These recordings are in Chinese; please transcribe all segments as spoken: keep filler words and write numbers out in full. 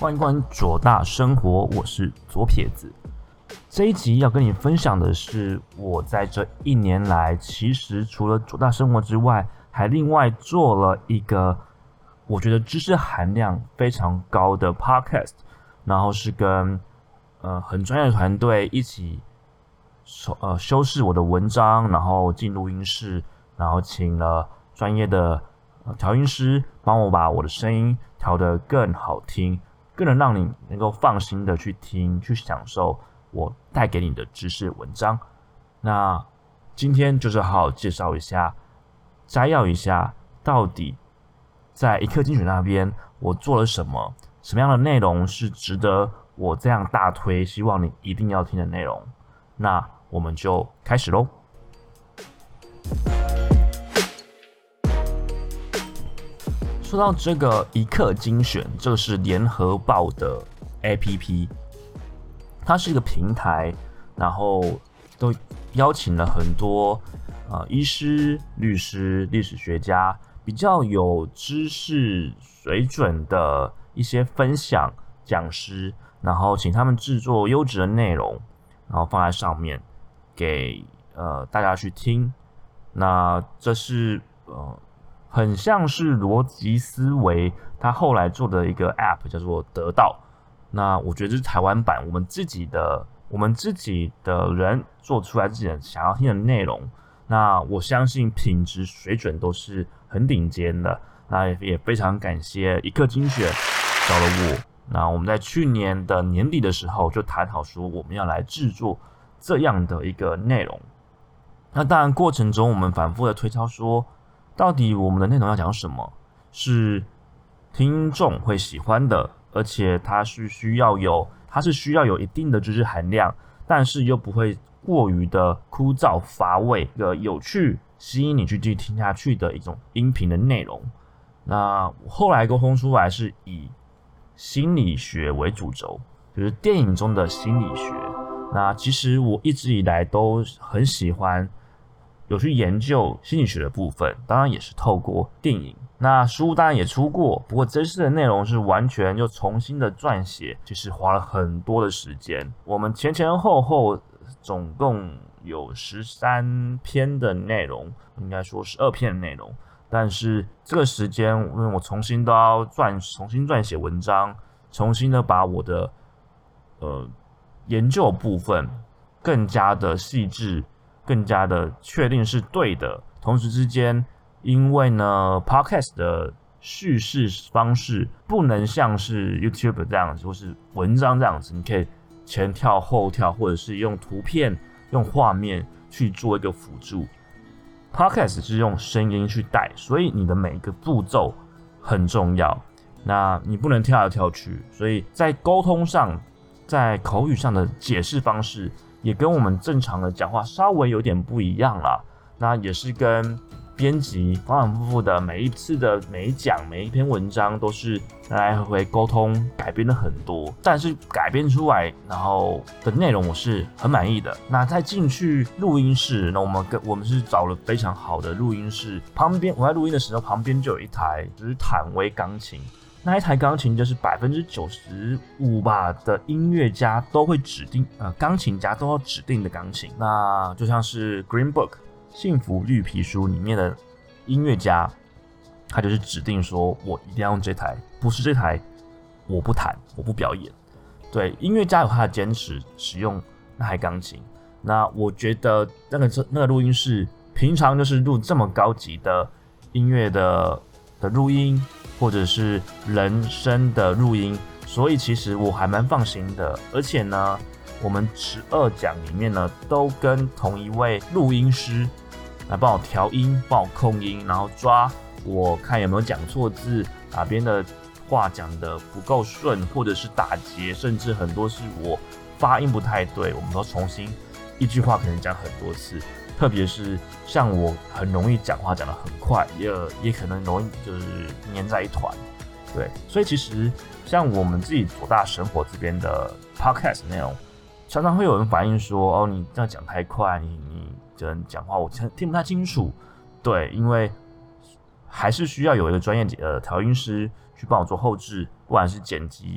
欢迎光临左大生活，我是左撇子。这一集要跟你分享的是，我在这一年来，其实除了左大生活之外，还另外做了一个我觉得知识含量非常高的 podcast， 然后是跟呃很专业的团队一起呃修饰我的文章，然后进录音室，然后请了专业的呃调音师帮我把我的声音调得更好听，更能让你能够放心的去听，去享受我带给你的知识文章。那今天就是好好介绍一下，摘要一下，到底在一刻精选那边我做了什么，什么样的内容是值得我这样大推，希望你一定要听的内容。那我们就开始咯。说到这个一刻精选，这个是联合报的 A P P， 它是一个平台，然后都邀请了很多呃医师、律师、历史学家，比较有知识水准的一些分享讲师，然后请他们制作优质的内容，然后放在上面给呃大家去听。那这是呃。很像是逻辑思维他后来做的一个 App 叫做得到，那我觉得这是台湾版，我们自己的我们自己的人做出来自己的想要听的内容，那我相信品质水准都是很顶尖的。那也非常感谢一刻精选找了我，那我们在去年的年底的时候就谈好说我们要来制作这样的一个内容。那当然过程中我们反复的推敲说，到底我们的内容要讲什么是听众会喜欢的，而且它是需要有它是需要有一定的知识含量，但是又不会过于的枯燥乏味，一个有趣吸引你去继续听下去的一种音频的内容。那我后来沟通出来是以心理学为主轴，就是电影中的心理学。那其实我一直以来都很喜欢有去研究心理学的部分，当然也是透过电影。那书当然也出过，不过这次的内容是完全又重新的撰写，其实花了很多的时间。我们前前后后总共有十三篇的内容，应该说十二篇的内容。但是这个时间，因为我重新都要撰，重新撰写文章，重新的把我的呃研究的部分更加的细致。更加的确定是对的，同时之间，因为呢 ，podcast 的叙事方式不能像是 YouTube 这样子，或是文章这样子，你可以前跳后跳，或者是用图片、用画面去做一个辅助。podcast 是用声音去带，所以你的每一个步骤很重要。那你不能跳来跳去，所以在沟通上，在口语上的解释方式，也跟我们正常的讲话稍微有点不一样啦。那也是跟编辑反反复复的每一次的每一讲每一篇文章都是来来回回沟通改编了很多，但是改编出来然后的内容我是很满意的。那再进去录音室，那我们跟我们是找了非常好的录音室，旁边我在录音的时候旁边就有一台就是坦威钢琴。那一台钢琴就是百分之九十五吧的音乐家都会指定，呃，钢琴家都要指定的钢琴。那就像是 Green Book 幸福绿皮书里面的音乐家，他就是指定说，我一定要用这台，不是这台我不弹，我不表演。对，音乐家有他的坚持，使用那台钢琴。那我觉得那个那个录音室平常就是录这么高级的音乐的的录音。或者是人声的录音，所以其实我还蛮放心的。而且呢，我们十二讲里面呢，都跟同一位录音师来帮我调音、帮我控音，然后抓我看有没有讲错字，哪边的话讲得不够顺，或者是打结，甚至很多是我发音不太对，我们都重新一句话可能讲很多次。特别是像我很容易讲话讲得很快，也也可能容易就是黏在一团，对，所以其实像我们自己左大生活这边的 podcast 内容，常常会有人反映说，哦，你这样讲太快，你你这样讲话我听不太清楚，对，因为还是需要有一个专业的调音师去帮我做后制，不管是剪辑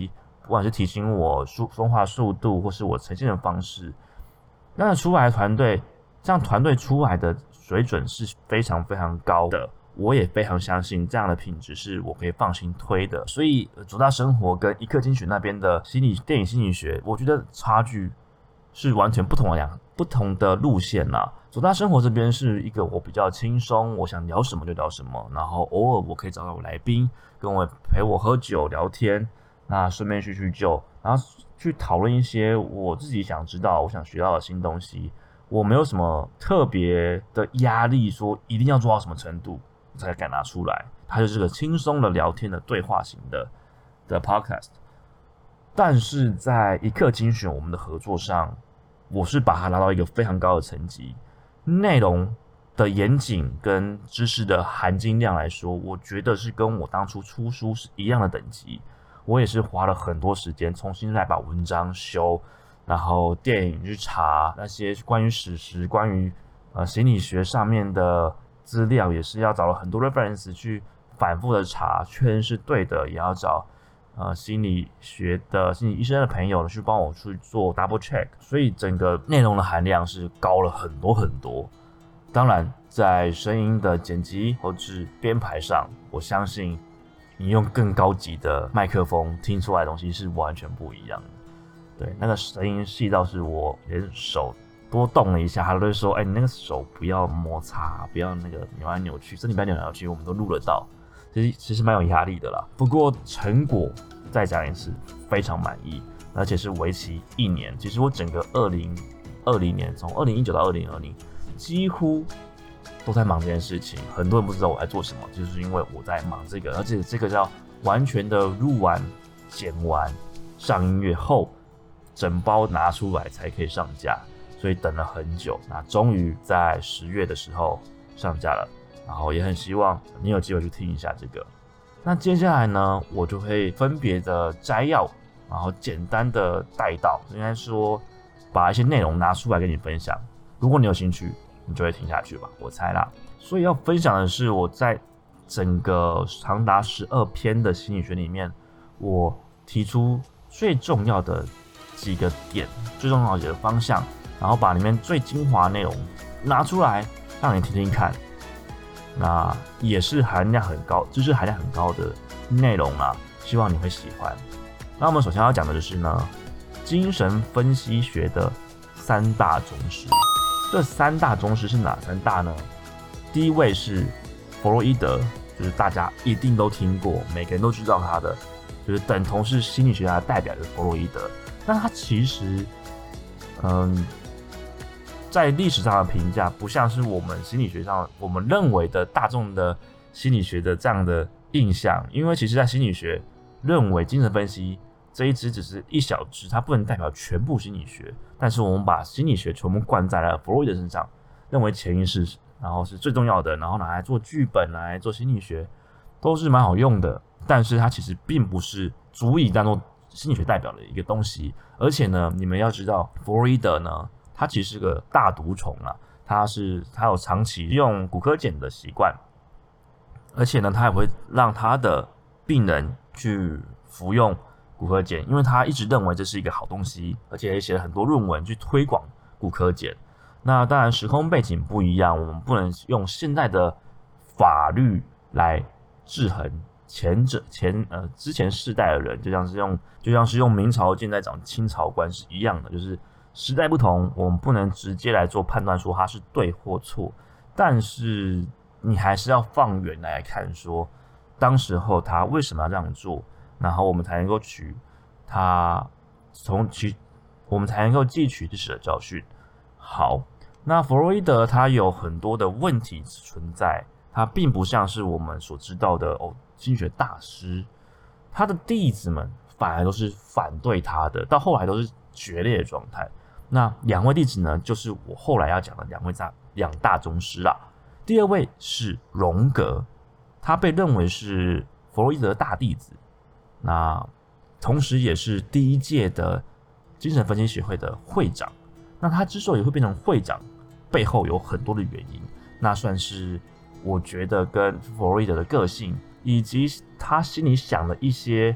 不管是提醒我说说话速度，或是我呈现的方式，那出来的团队，这样团队出来的水准是非常非常高的。我也非常相信这样的品质是我可以放心推的。所以左大生活跟一刻精选那边的心理电影心理学，我觉得差距是完全不同的两不同的路线啦。左大生活这边是一个我比较轻松，我想聊什么就聊什么，然后偶尔我可以找到我来宾跟我陪我喝酒聊天，那顺便叙叙旧，然后去讨论一些我自己想知道我想学到的新东西。我没有什么特别的压力说一定要做到什么程度才敢拿出来，它就是个轻松的聊天的对话型的的 podcast。 但是在一刻精选我们的合作上，我是把它拉到一个非常高的层级，内容的严谨跟知识的含金量来说，我觉得是跟我当初出书是一样的等级。我也是花了很多时间重新来把文章修，然后电影去查那些关于史实关于呃心理学上面的资料，也是要找了很多 reference 去反复的查，确认是对的，也要找呃心理学的心理医生的朋友去帮我去做 double check， 所以整个内容的含量是高了很多很多。当然在声音的剪辑或是编排上，我相信你用更高级的麦克风听出来的东西是完全不一样的。对，那个声音细到是我连手多动了一下，他都会说：“哎、欸，你那个手不要摩擦，不要那个扭来扭去，身体不要扭来扭去。”我们都录得到，其实其实蛮有压力的啦。不过成果再讲一次，非常满意，而且是为期一年。其实我整个二零二零年，从二零一九到二零二零，几乎都在忙这件事情。很多人不知道我在做什么，就是因为我在忙这个，而且这个叫完全的录完、剪完、上音乐后，整包拿出来才可以上架。所以等了很久，那终于在十月的时候上架了，然后也很希望你有机会去听一下这个。那接下来呢，我就会分别的摘要，然后简单的带到，应该说把一些内容拿出来跟你分享。如果你有兴趣，你就会听下去吧，我猜啦。所以要分享的是我在整个长达十二篇的心理学里面，我提出最重要的几个点，最重要的几个方向。然后把里面最精华的内容拿出来让你听听看，那也是含量很高，知识含量很高的内容啦，希望你会喜欢。那我们首先要讲的就是呢，精神分析学的三大宗师。这三大宗师是哪三大呢？第一位是弗洛伊德，就是大家一定都听过，每个人都知道他的，就是等同是心理学家的代表的弗洛伊德。但他其实，嗯。在历史上的评价不像是我们心理学上我们认为的大众的心理学的这样的印象，因为其实在心理学认为精神分析这一支只是一小支，它不能代表全部心理学，但是我们把心理学全部灌在了弗洛伊德身上，认为潜意识然后是最重要的，然后拿来做剧本，拿来做心理学都是蛮好用的，但是它其实并不是足以当做心理学代表的一个东西。而且呢，你们要知道弗洛伊德呢，他其实是个大毒虫啊，他是他有长期用骨科碱的习惯，而且呢，他也会让他的病人去服用骨科碱，因为他一直认为这是一个好东西，而且也写了很多论文去推广骨科碱。那当然时空背景不一样，我们不能用现在的法律来制衡前者前呃之前世代的人，就像是用就像是用明朝现在讲清朝官是一样的，就是时代不同，我们不能直接来做判断说它是对或错，但是你还是要放远来看说，当时候他为什么要这样做，然后我们才能够取他从取我们才能够汲取历史的教训。好，那弗洛伊德他有很多的问题存在，他并不像是我们所知道的哦心理学大师，他的弟子们反而都是反对他的，到后来都是决裂的状态。那两位弟子呢，就是我后来要讲的两位大两大宗师啦。第二位是荣格，他被认为是弗洛伊德的大弟子，那同时也是第一届的精神分析学会的会长。那他之所以会变成会长，背后有很多的原因，那算是我觉得跟弗洛伊德的个性以及他心里想的一些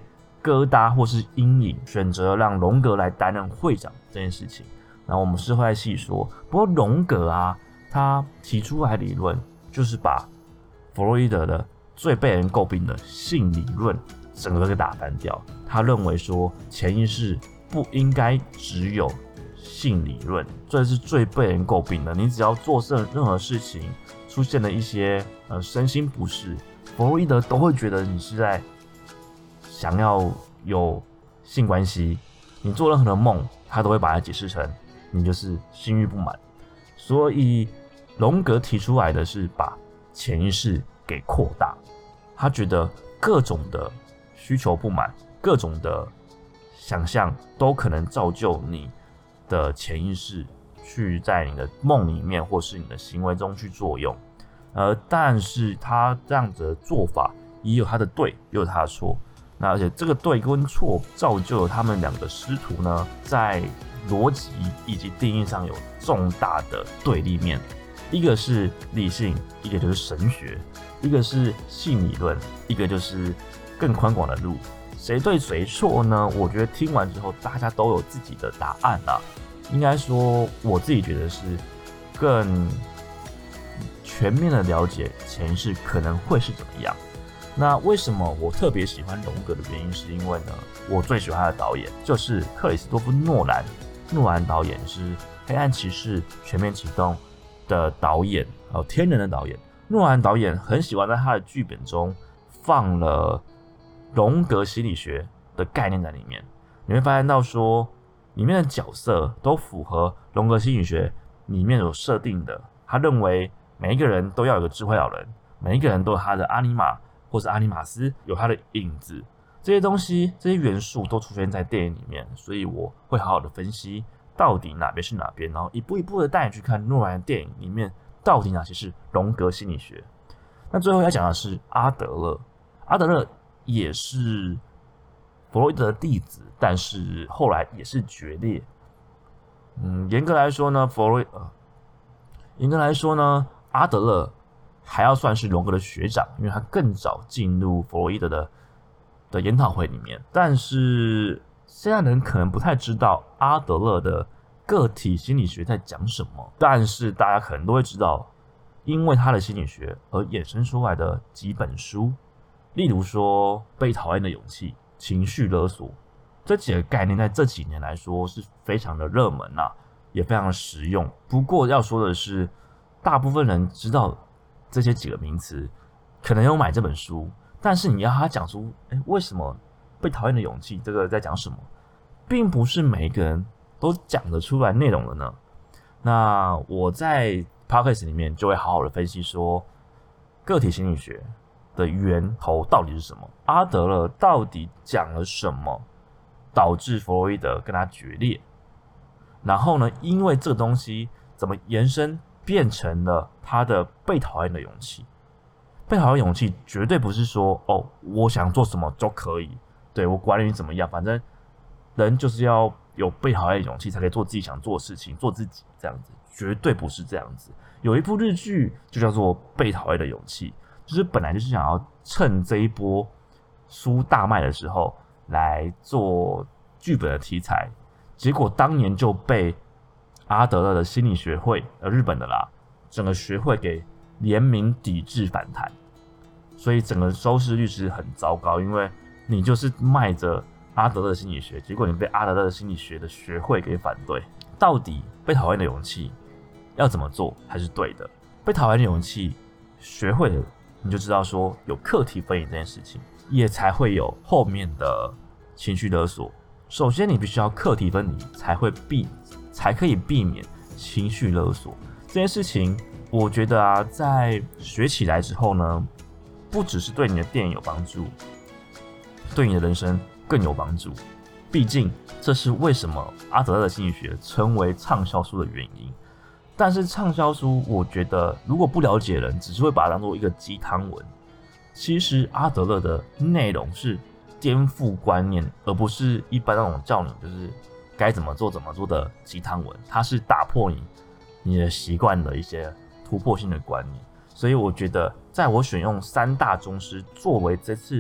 疙瘩或是阴影，选择让荣格来担任会长这件事情。然后我们事后再细说。不过荣格啊，他提出来理论就是把弗洛伊德的最被人诟病的性理论整个给打翻掉。他认为说潜意识不应该只有性理论，这是最被人诟病的。你只要做任何事情出现了一些呃身心不适，弗洛伊德都会觉得你是在想要有性关系。你做任何的梦，他都会把它解释成你就是性欲不满。所以荣格提出来的是把潜意识给扩大，他觉得各种的需求不满，各种的想象都可能造就你的潜意识去在你的梦里面或是你的行为中去作用。呃，但是他这样子的做法也有他的对，也有他的错。那而且这个对跟错造就了他们两个师徒呢，在逻辑以及定义上有重大的对立面。一个是理性，一个就是神学；一个是性理论，一个就是更宽广的路。谁对谁错呢？我觉得听完之后，大家都有自己的答案啦。应该说，我自己觉得是更全面的了解潜意识可能会是怎么样。那为什么我特别喜欢荣格的原因，是因为呢，我最喜欢的导演就是克里斯多夫·诺兰。诺兰导演是《黑暗骑士》《全面启动》的导演，还有《天人》的导演。诺兰导演很喜欢在他的剧本中放了荣格心理学的概念在里面。你会发现到说，里面的角色都符合荣格心理学里面有设定的。他认为每一个人都要有个智慧老人，每一个人都有他的阿尼玛或是阿尼玛斯，有他的影子。这些东西、这些元素都出现在电影里面，所以我会好好的分析到底哪边是哪边，然后一步一步的带你去看诺兰的电影里面到底哪些是荣格心理学。那最后要讲的是阿德勒，阿德勒也是弗洛伊德的弟子，但是后来也是决裂。嗯，严格来说呢，弗洛呃，严格来说呢，阿德勒还要算是荣格的学长，因为他更早进入弗洛伊德的。的研讨会里面，但是现在人可能不太知道阿德勒的个体心理学在讲什么，但是大家可能都会知道，因为他的心理学而衍生出来的几本书，例如说《被讨厌的勇气》、情绪勒索这几个概念，在这几年来说是非常的热门啊，也非常的实用。不过要说的是，大部分人知道这些几个名词，可能有买这本书。但是你要他讲出，哎，为什么被讨厌的勇气这个在讲什么，并不是每一个人都讲得出来内容的呢。那我在 podcast 里面就会好好的分析说，个体心理学的源头到底是什么，阿德勒到底讲了什么，导致弗洛伊德跟他决裂。然后呢，因为这个东西怎么延伸变成了他的被讨厌的勇气。被讨厌勇气绝对不是说哦，我想做什么都可以，对我管你怎么样，反正人就是要有被讨厌的勇气，才可以做自己想做的事情，做自己这样子，绝对不是这样子。有一部日剧就叫做《被讨厌的勇气》，就是本来就是想要趁这一波书大卖的时候来做剧本的题材，结果当年就被阿德勒的心理学会，呃，日本的啦，整个学会给联名抵制反弹。所以整个收视率是很糟糕，因为你就是卖着阿德勒心理学，结果你被阿德勒心理学的学会给反对。到底被讨厌的勇气要怎么做才是对的？被讨厌的勇气学会了，你就知道说有课题分离这件事情，也才会有后面的情绪勒索。首先，你必须要课题分离，才会避，才可以避免情绪勒索这件事情。我觉得啊，在学起来之后呢，不只是对你的电影有帮助，对你的人生更有帮助。毕竟这是为什么阿德勒的心理学成为畅销书的原因。但是畅销书，我觉得如果不了解的人，只是会把它当做一个鸡汤文。其实阿德勒的内容是颠覆观念，而不是一般那种叫你就是该怎么做怎么做的鸡汤文。它是打破你你的习惯的一些突破性的观念。所以我觉得，在我选用三大宗师作为这次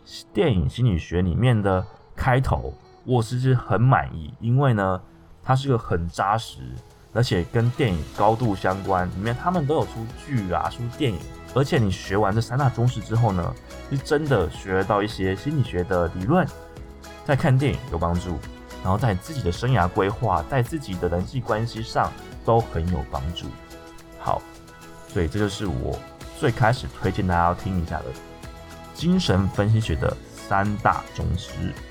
电影心理学里面的开头，我其实很满意，因为呢，它是个很扎实，而且跟电影高度相关。里面他们都有出剧啊，出电影，而且你学完这三大宗师之后呢，是真的学到一些心理学的理论，在看电影有帮助，然后在自己的生涯规划，在自己的人际关系上都很有帮助。好，所以这就是我最开始推荐大家要听一下的精神分析学的三大宗师。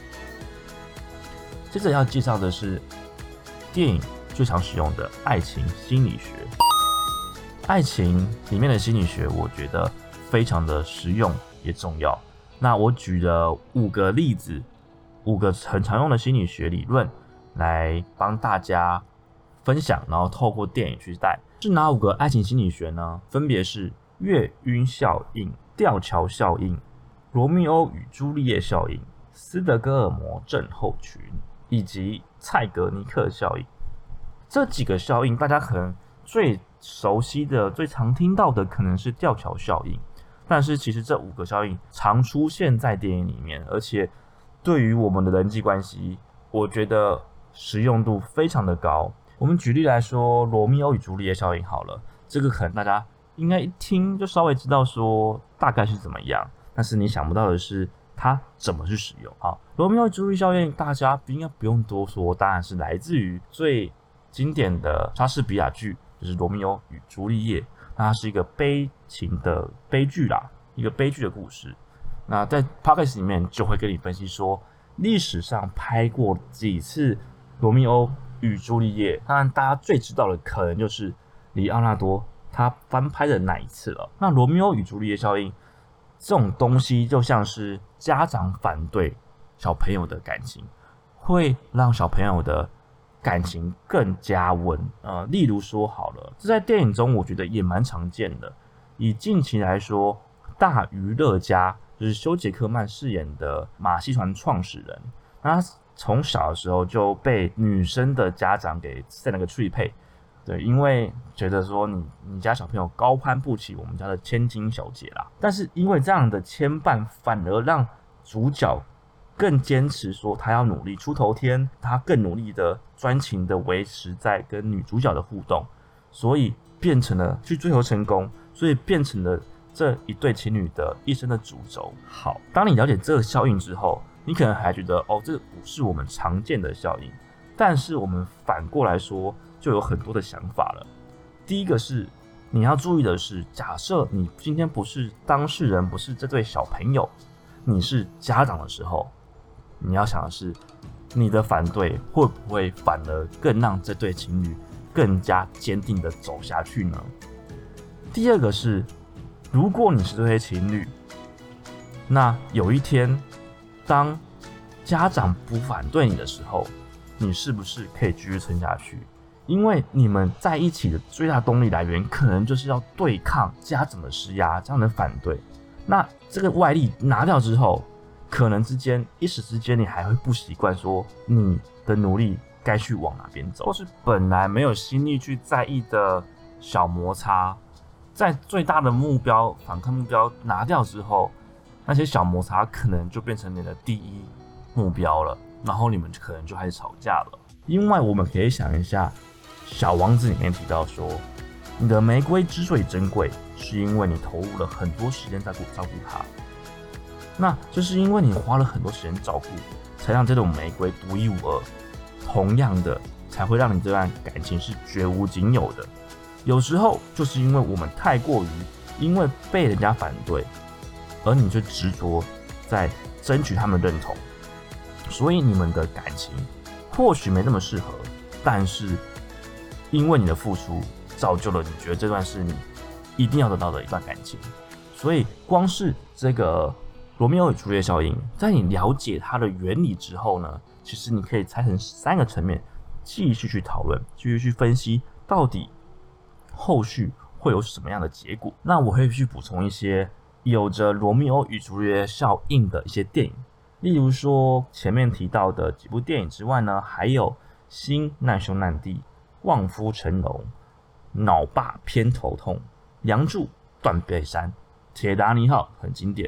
接着要介绍的是电影最常使用的爱情心理学。爱情里面的心理学，我觉得非常的实用也重要。那我举了五个例子，五个很常用的心理学理论来帮大家分享，然后透过电影去带。是哪五个爱情心理学呢？分别是月晕效应、吊桥效应、罗密欧与朱丽叶效应、斯德哥尔摩症候群以及蔡格尼克效应。这几个效应，大家可能最熟悉的、最常听到的可能是吊桥效应，但是其实这五个效应常出现在电影里面，而且对于我们的人际关系，我觉得实用度非常的高。我们举例来说，罗密欧与朱丽叶效应好了，这个可能大家应该一听就稍微知道说大概是怎么样，但是你想不到的是它怎么去使用。好，罗密欧与朱丽叶效应大家应该不用多说，当然是来自于最经典的莎士比亚剧，就是《罗密欧与朱丽叶》。那它是一个悲情的悲剧啦，一个悲剧的故事。那在 Podcast 里面就会跟你分析说，历史上拍过几次罗密欧与朱丽叶，当然大家最知道的可能就是里奥纳多他翻拍的那一次了。那罗密欧与朱丽叶效应这种东西，就像是家长反对小朋友的感情，会让小朋友的感情更加温。呃，例如说好了，这在电影中我觉得也蛮常见的。以近期来说，大娱乐家就是休杰克曼饰演的马戏团创始人，那他从小的时候就被女生的家长给set了个脆配，对，因为觉得说你你家小朋友高攀不起我们家的千金小姐啦。但是因为这样的牵绊，反而让主角更坚持说他要努力出头天，他更努力的专情的维持在跟女主角的互动，所以变成了去追求成功，所以变成了这一对情侣的一生的主轴。好，当你了解这个效应之后，你可能还觉得哦，这不是我们常见的效应，但是我们反过来说，就有很多的想法了。第一个是你要注意的是，假设你今天不是当事人，不是这对小朋友，你是家长的时候，你要想的是，你的反对会不会反而更让这对情侣更加坚定的走下去呢？第二个是，如果你是这对情侣，那有一天当家长不反对你的时候，你是不是可以继续撑下去？因为你们在一起的最大动力来源，可能就是要对抗家长的施压，这样的反对。那这个外力拿掉之后，可能之间一时之间你还会不习惯，说你的努力该去往哪边走，或是本来没有心力去在意的小摩擦，在最大的目标反抗目标拿掉之后，那些小摩擦可能就变成你的第一目标了，然后你们可能就开始吵架了。因为我们可以想一下，小王子里面提到说，你的玫瑰之所以珍贵，是因为你投入了很多时间在照顾它。那就是因为你花了很多时间照顾，才让这种玫瑰独一无二。同样的，才会让你这段感情是绝无仅有的。有时候就是因为我们太过于因为被人家反对，而你就执着在争取他们认同，所以你们的感情或许没那么适合，但是因为你的付出，造就了你觉得这段是你一定要得到的一段感情。所以光是这个罗密欧与朱丽叶效应，在你了解它的原理之后呢，其实你可以拆成三个层面，继续去讨论，继续去分析，到底后续会有什么样的结果。那我会去补充一些有着罗密欧与朱丽叶效应的一些电影，例如说前面提到的几部电影之外呢，还有《新难兄难弟》、《望夫成龙》、《脑爸偏头痛》、《梁祝断背山》、《铁达尼号》很经典，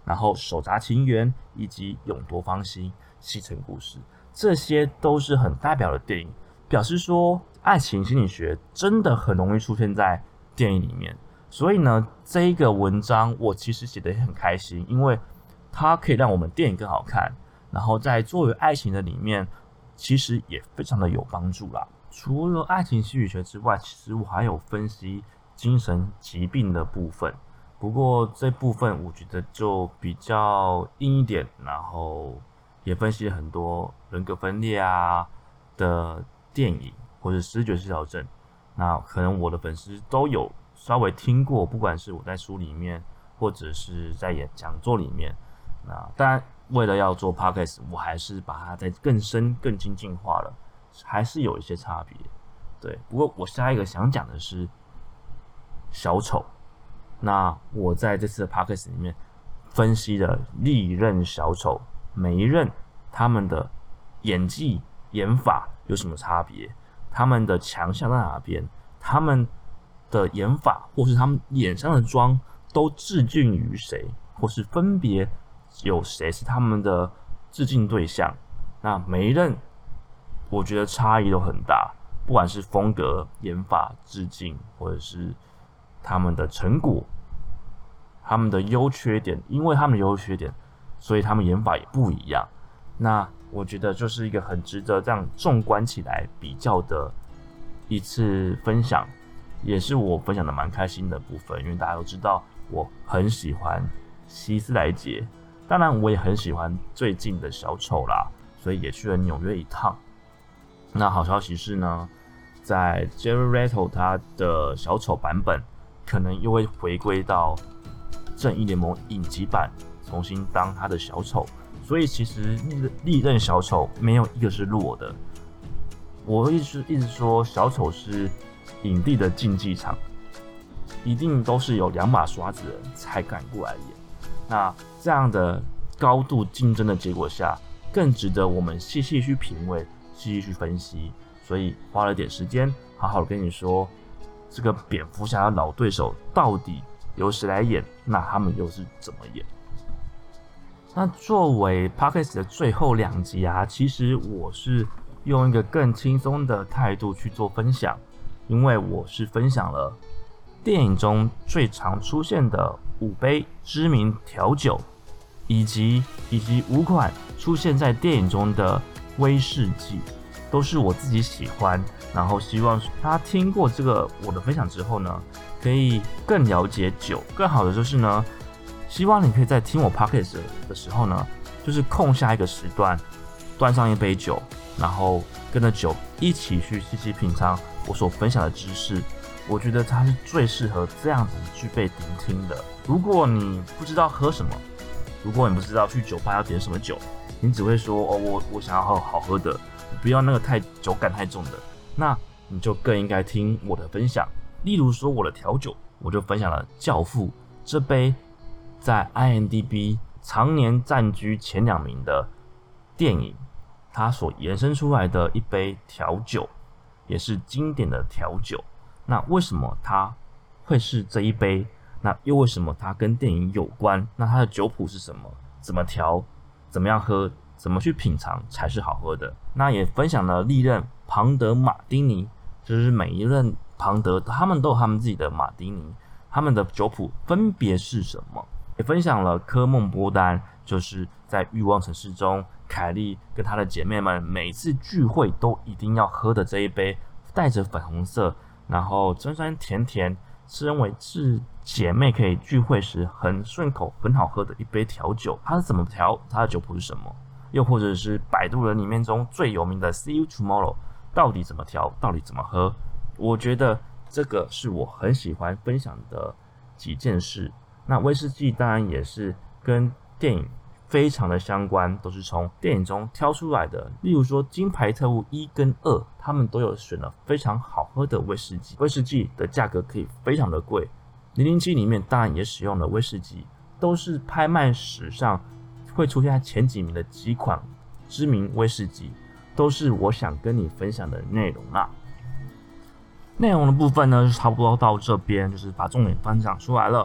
然后手札情缘以及永夺芳心、西城故事，这些都是很代表的电影，表示说爱情心理学真的很容易出现在电影里面。所以呢，这一个文章我其实写得很开心，因为它可以让我们电影更好看，然后在作为爱情的里面，其实也非常的有帮助啦。除了爱情心理学之外，其实我还有分析精神疾病的部分，不过这部分我觉得就比较硬一点，然后也分析了很多人格分裂啊的电影或者思觉失调症，那可能我的粉丝都有稍微听过，不管是我在书里面或者是在演讲座里面。那当然为了要做 podcast， 我还是把它再更深更精进化了，还是有一些差别。对，不过我下一个想讲的是小丑。那我在这次的 podcast 里面分析了历任小丑每一任他们的演技演法有什么差别，他们的强项在哪边，他们的演法或是他们脸上的妆都致敬于谁，或是分别有谁是他们的致敬对象。那每一任我觉得差异都很大，不管是风格、演法、致敬，或者是他们的成果、他们的优缺点，因为他们的优缺点，所以他们演法也不一样。那我觉得就是一个很值得这样纵观起来比较的一次分享，也是我分享的蛮开心的部分，因为大家都知道我很喜欢希斯莱杰，当然我也很喜欢最近的小丑啦，所以也去了纽约一趟。那好消息是呢，在 Jared Leto 他的小丑版本可能又会回归到正义联盟影集版，重新当他的小丑，所以其实历任小丑没有一个是弱的。我一直一直说小丑是影帝的竞技场，一定都是有两把刷子的人才敢过来演。那这样的高度竞争的结果下，更值得我们细细去品味，细细去分析。所以花了点时间，好好的跟你说，这个蝙蝠侠的老对手到底由谁来演？那他们又是怎么演？那作为 Podcast 的最后两集啊，其实我是用一个更轻松的态度去做分享，因为我是分享了电影中最常出现的五杯知名调酒，以及以及五款出现在电影中的威士忌，都是我自己喜欢，然后希望大家听过这个我的分享之后呢，可以更了解酒。更好的就是呢，希望你可以在听我 podcast 的时候呢，就是空下一个时段，端上一杯酒，然后跟着酒一起去细细品尝我所分享的知识。我觉得它是最适合这样子去被聆听的。如果你不知道喝什么，如果你不知道去酒吧要点什么酒，你只会说哦，我我想要喝好喝的，不要那个太酒感太重的，那你就更应该听我的分享。例如说我的调酒，我就分享了《教父》这杯在 I M D B 常年占据前两名的电影，它所延伸出来的一杯调酒，也是经典的调酒。那为什么它会是这一杯？那又为什么它跟电影有关？那它的酒谱是什么？怎么调？怎么样喝？怎么去品尝才是好喝的？那也分享了历任庞德马丁尼，就是每一任庞德他们都有他们自己的马丁尼，他们的酒谱分别是什么？也分享了科梦波丹，就是在欲望城市中，凯莉跟她的姐妹们每次聚会都一定要喝的这一杯带着粉红色，然后酸酸甜甜，身为是姐妹可以聚会时很顺口很好喝的一杯调酒。它是怎么调？它的酒谱是什么？又或者是摆渡人里面中最有名的 See You Tomorrow 到底怎么调？到底怎么喝？我觉得这个是我很喜欢分享的几件事。那威士忌当然也是跟电影非常的相关，都是从电影中挑出来的。例如说《金牌特务一》跟二，他们都有选了非常好喝的威士忌。威士忌的价格可以非常的贵，零零七里面当然也使用了威士忌，都是拍卖史上会出现在前几名的几款知名威士忌，都是我想跟你分享的内容啦。内容的部分呢，就差不多到这边，就是把重点分享出来了。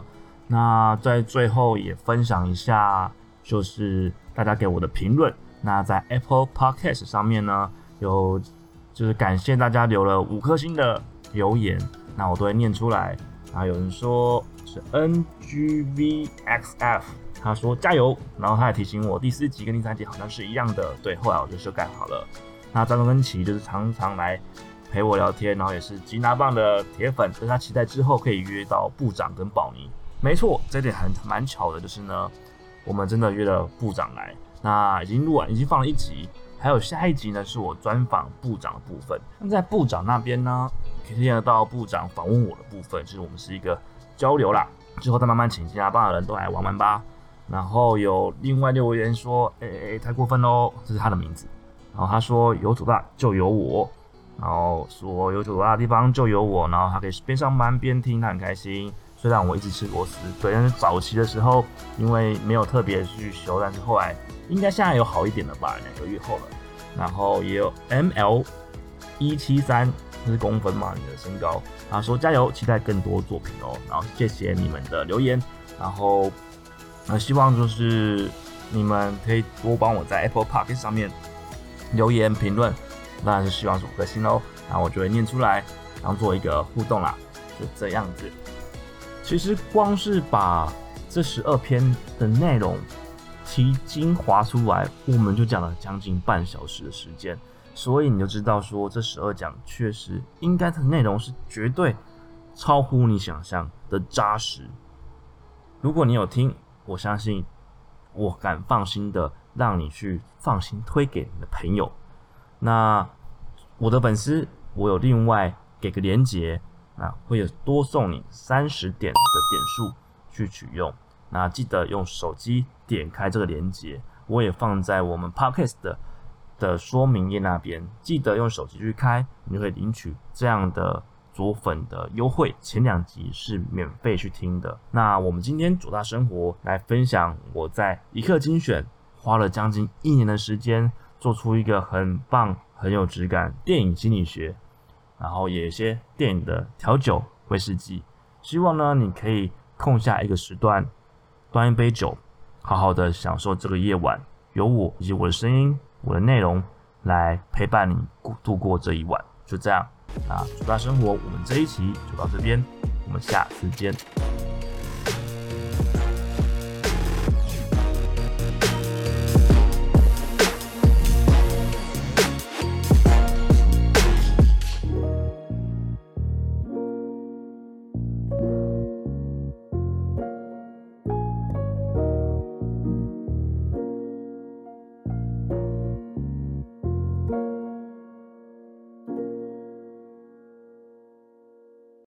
那在最后也分享一下，就是大家给我的评论。那在 Apple Podcast 上面呢，有就是感谢大家留了五颗星的留言，那我都会念出来。然后有人说是 N G V X F， 他说加油，然后他还提醒我第四集跟第三集好像是一样的，对，后来我就修改好了。那张根奇就是常常来陪我聊天，然后也是吉拿棒的铁粉，所以他期待之后可以约到部长跟宝妮。没错，这点很蛮巧的，就是呢，我们真的约了部长来。那已经录完，已经放了一集，还有下一集呢，是我专访部长的部分。那在部长那边呢，可以听得到部长访问我的部分，就是我们是一个交流啦。之后再慢慢请其他帮的人都来玩玩吧。然后有另外留言说，哎、欸、哎、欸，太过分喽，这是他的名字。然后他说有左大就有我，然后说有左大的地方就有我，然后他可以边上班边听，他很开心。虽然我一直吃螺丝，对，但是早期的时候因为没有特别去修，但是后来应该现在有好一点了吧，两个月后了。然后也有 M L 一七三，这是公分嘛，你的身高。他说加油，期待更多作品哦。然后谢谢你们的留言，然后呃希望就是你们可以多帮我在 Apple Podcast 上面留言评论，当然是希望是五颗星哦，然后我就会念出来，当做一个互动啦，就这样子。其实光是把这十二篇的内容提精华出来，我们就讲了将近半小时的时间，所以你就知道说这十二讲确实应该的内容是绝对超乎你想象的扎实。如果你有听，我相信我敢放心的让你去放心推给你的朋友。那我的粉丝，我有另外给个连结。那会有多送你三十点的点数去取用，那记得用手机点开这个连结，我也放在我们 Podcast 的, 的说明页那边，记得用手机去开，你就会领取这样的左粉的优惠，前两集是免费去听的。那我们今天左大生活来分享我在一刻精选花了将近一年的时间，做出一个很棒很有质感电影心理学，然后也有一些电影的调酒威士忌，希望呢你可以空下一个时段，端一杯酒，好好的享受这个夜晚，由我以及我的声音、我的内容来陪伴你度过这一晚。就这样，那左大生活我们这一期就到这边，我们下次见。